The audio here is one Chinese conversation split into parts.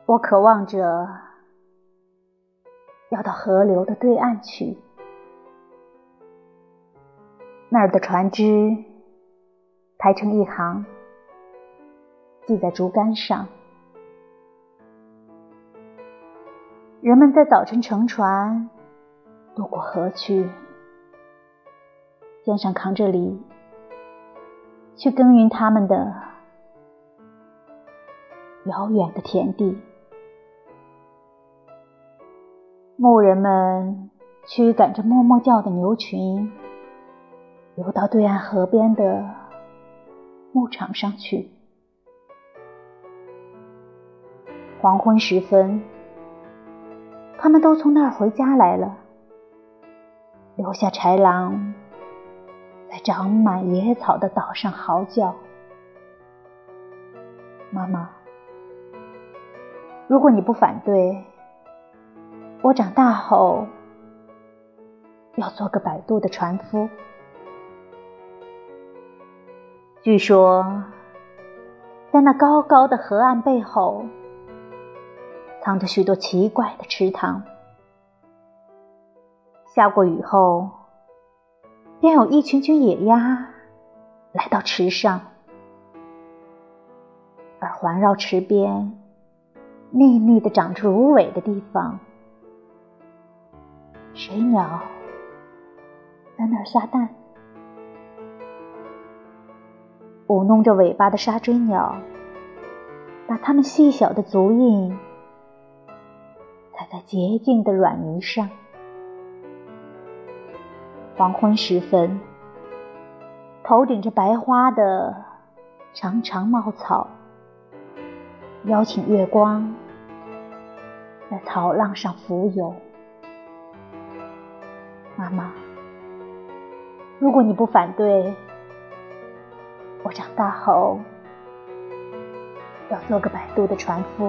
我渴望着要到河流的对岸去，那儿的船只排成一行，系在竹竿上，人们在早晨乘船渡过河去，肩上扛着犁，去耕耘他们的遥远的田地。牧人们驱赶着哞哞叫的牛群，游到对岸河边的牧场上去。黄昏时分，他们都从那儿回家来了，留下豺狼在长满野草的岛上嚎叫。妈妈，如果你不反对，我长大后要做个摆渡的船夫。据说在那高高的河岸背后藏着许多奇怪的池塘，下过雨后便有一群群野鸭来到池上，而环绕池边密密地长着芦苇的地方，水鸟在那儿下蛋。舞弄着尾巴的沙锥鸟把它们细小的足印踩在洁净的软泥上。黄昏时分，头顶着白花的长长茂草邀请月光在草浪上浮游。妈妈，如果你不反对，我长大后要做个摆渡的船夫。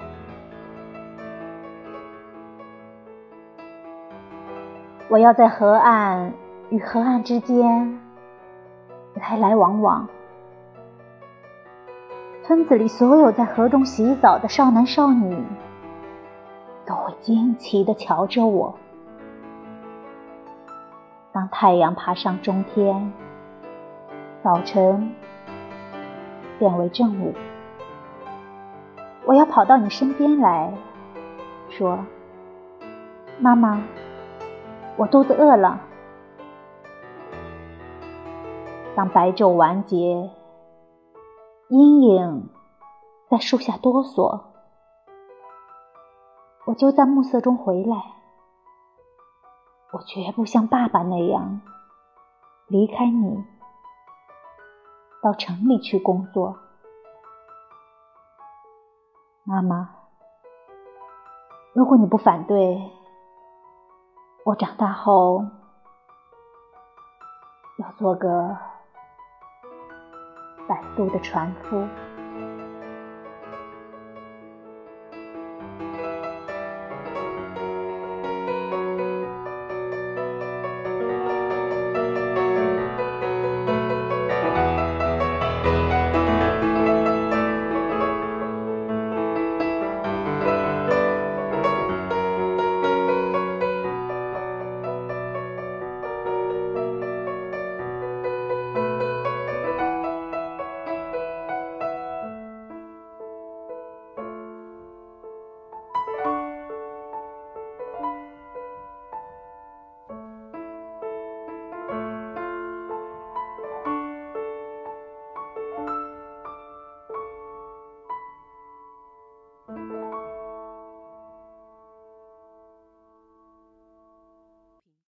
我要在河岸与河岸之间来来往往，村子里所有在河中洗澡的少男少女都会惊奇地瞧着我。当太阳爬上中天，早晨变为正午，我要跑到你身边来，说：妈妈，我肚子饿了。当白昼完结，阴影在树下哆嗦，我就在暮色中回来。我绝不像爸爸那样离开你，到城里去工作。妈妈，如果你不反对，我长大后要做个摆渡的船夫。